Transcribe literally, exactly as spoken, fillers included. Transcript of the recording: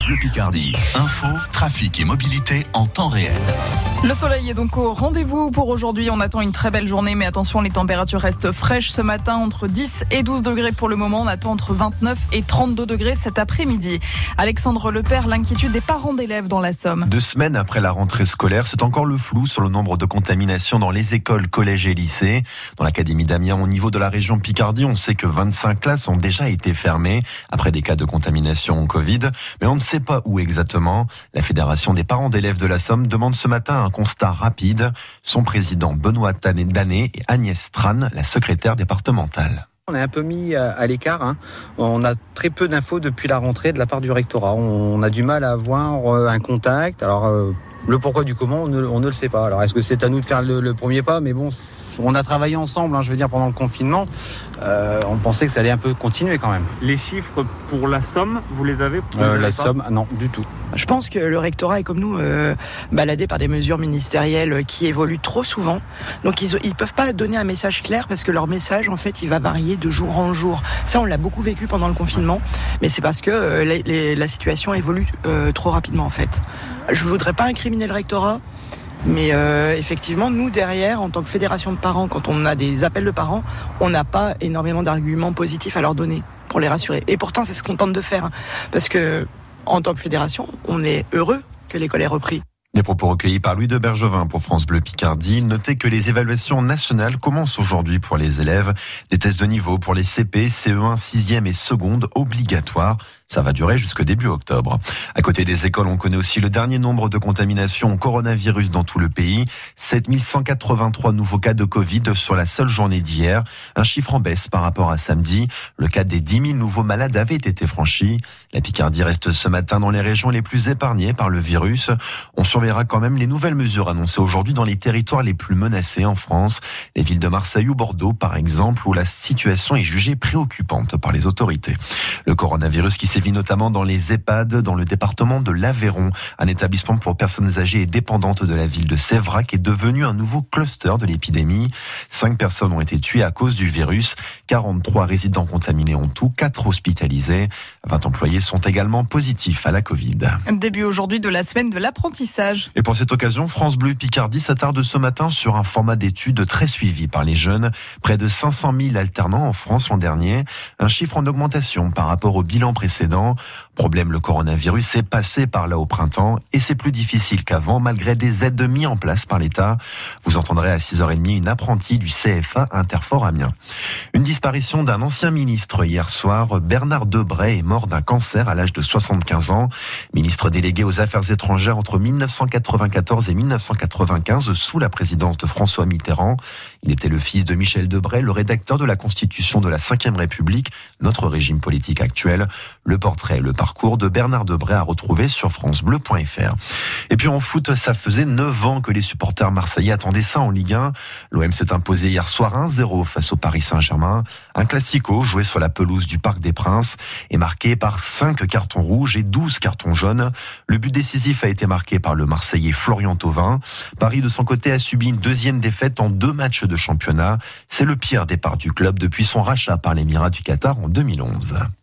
Bleu Picardie. Info, trafic et mobilité en temps réel. Le soleil est donc au rendez-vous pour aujourd'hui. On attend une très belle journée, mais attention, les températures restent fraîches ce matin, entre dix et douze degrés pour le moment. On attend entre vingt-neuf et trente-deux degrés cet après-midi. Alexandre Lepère, l'inquiétude des parents d'élèves dans la Somme. Deux semaines après la rentrée scolaire, c'est encore le flou sur le nombre de contaminations dans les écoles, collèges et lycées. Dans l'académie d'Amiens, au niveau de la région Picardie, on sait que vingt-cinq classes ont déjà été fermées après des cas de contamination au Covid. Mais on ne sait pas où exactement. La Fédération des parents d'élèves de la Somme demande ce matin un constat rapide. Son président Benoît Danet et Agnès Tran, la secrétaire départementale. On est un peu mis à l'écart. Hein. On a très peu d'infos depuis la rentrée de la part du rectorat. On a du mal à avoir un contact. Alors, euh, le pourquoi du comment, on ne, on ne le sait pas. Alors, est-ce que c'est à nous de faire le, le premier pas ? Mais bon, on a travaillé ensemble, hein, je veux dire, pendant le confinement. Euh, on pensait que ça allait un peu continuer quand même. Les chiffres pour la Somme, vous les avez ? Vous euh, les La avez Somme, non, du tout. Je pense que le rectorat est comme nous, euh, baladé par des mesures ministérielles qui évoluent trop souvent. Donc ils ne peuvent pas donner un message clair parce que leur message, en fait, il va varier de jour en jour. Ça, on l'a beaucoup vécu pendant le confinement, mais c'est parce que euh, les, les, la situation évolue euh, trop rapidement, en fait. Je ne voudrais pas incriminer le rectorat, mais euh, effectivement, nous, derrière, en tant que fédération de parents, quand on a des appels de parents, on n'a pas énormément d'arguments positifs à leur donner pour les rassurer. Et pourtant, c'est ce qu'on tente de faire, hein, parce que en tant que fédération, on est heureux que l'école ait repris. Des propos recueillis par Louis de Bergevin pour France Bleu Picardie. Notez que les évaluations nationales commencent aujourd'hui pour les élèves. Des tests de niveau pour les C P, C E un, sixième et seconde obligatoires. Ça va durer jusqu'au début octobre. À côté des écoles, on connaît aussi le dernier nombre de contaminations au coronavirus dans tout le pays. sept mille cent quatre-vingt-trois nouveaux cas de Covid sur la seule journée d'hier. Un chiffre en baisse par rapport à samedi. Le cap des dix mille nouveaux malades avait été franchi. La Picardie reste ce matin dans les régions les plus épargnées par le virus. On surveillera quand même les nouvelles mesures annoncées aujourd'hui dans les territoires les plus menacés en France. Les villes de Marseille ou Bordeaux, par exemple, où la situation est jugée préoccupante par les autorités. Le coronavirus qui sévit notamment dans les EHPAD, dans le département de l'Aveyron. Un établissement pour personnes âgées et dépendantes de la ville de Sévrac est devenu un nouveau cluster de l'épidémie. Cinq personnes ont été tuées à cause du virus. quarante-trois résidents contaminés en tout, quatre hospitalisés. vingt employés sont également positifs à la Covid. Début aujourd'hui de la semaine de l'apprentissage. Et pour cette occasion, France Bleu Picardie s'attarde ce matin sur un format d'études très suivi par les jeunes. Près de cinq cent mille alternants en France l'an dernier. Un chiffre en augmentation par rapport au bilan précédent. Problème, le coronavirus est passé par là au printemps et c'est plus difficile qu'avant malgré des aides mises en place par l'État. Vous entendrez à six heures trente une apprentie du C F A Interfort Amiens. Une disparition d'un ancien ministre hier soir. Bernard Debray est mort d'un cancer à l'âge de soixante-quinze ans. Ministre délégué aux Affaires étrangères entre mille neuf cent quatre-vingt-quatorze et mille neuf cent quatre-vingt-quinze sous la présidence de François Mitterrand. Il était le fils de Michel Debray, le rédacteur de la Constitution de la cinquième République, notre régime politique actuel. Le portrait et le parcours de Bernard Debray à retrouver sur francebleu point f r. Et puis en foot, ça faisait neuf ans que les supporters marseillais attendaient ça en Ligue un. L'O M s'est imposé hier soir un zéro face au Paris Saint-Germain. Un classico joué sur la pelouse du Parc des Princes et marqué par cinq cartons rouges et douze cartons jaunes. Le but décisif a été marqué par le Marseillais Florian Thauvin. Paris, de son côté, a subi une deuxième défaite en deux matchs de championnat. C'est le pire départ du club depuis son rachat par l'Émirat du Qatar en deux mille onze.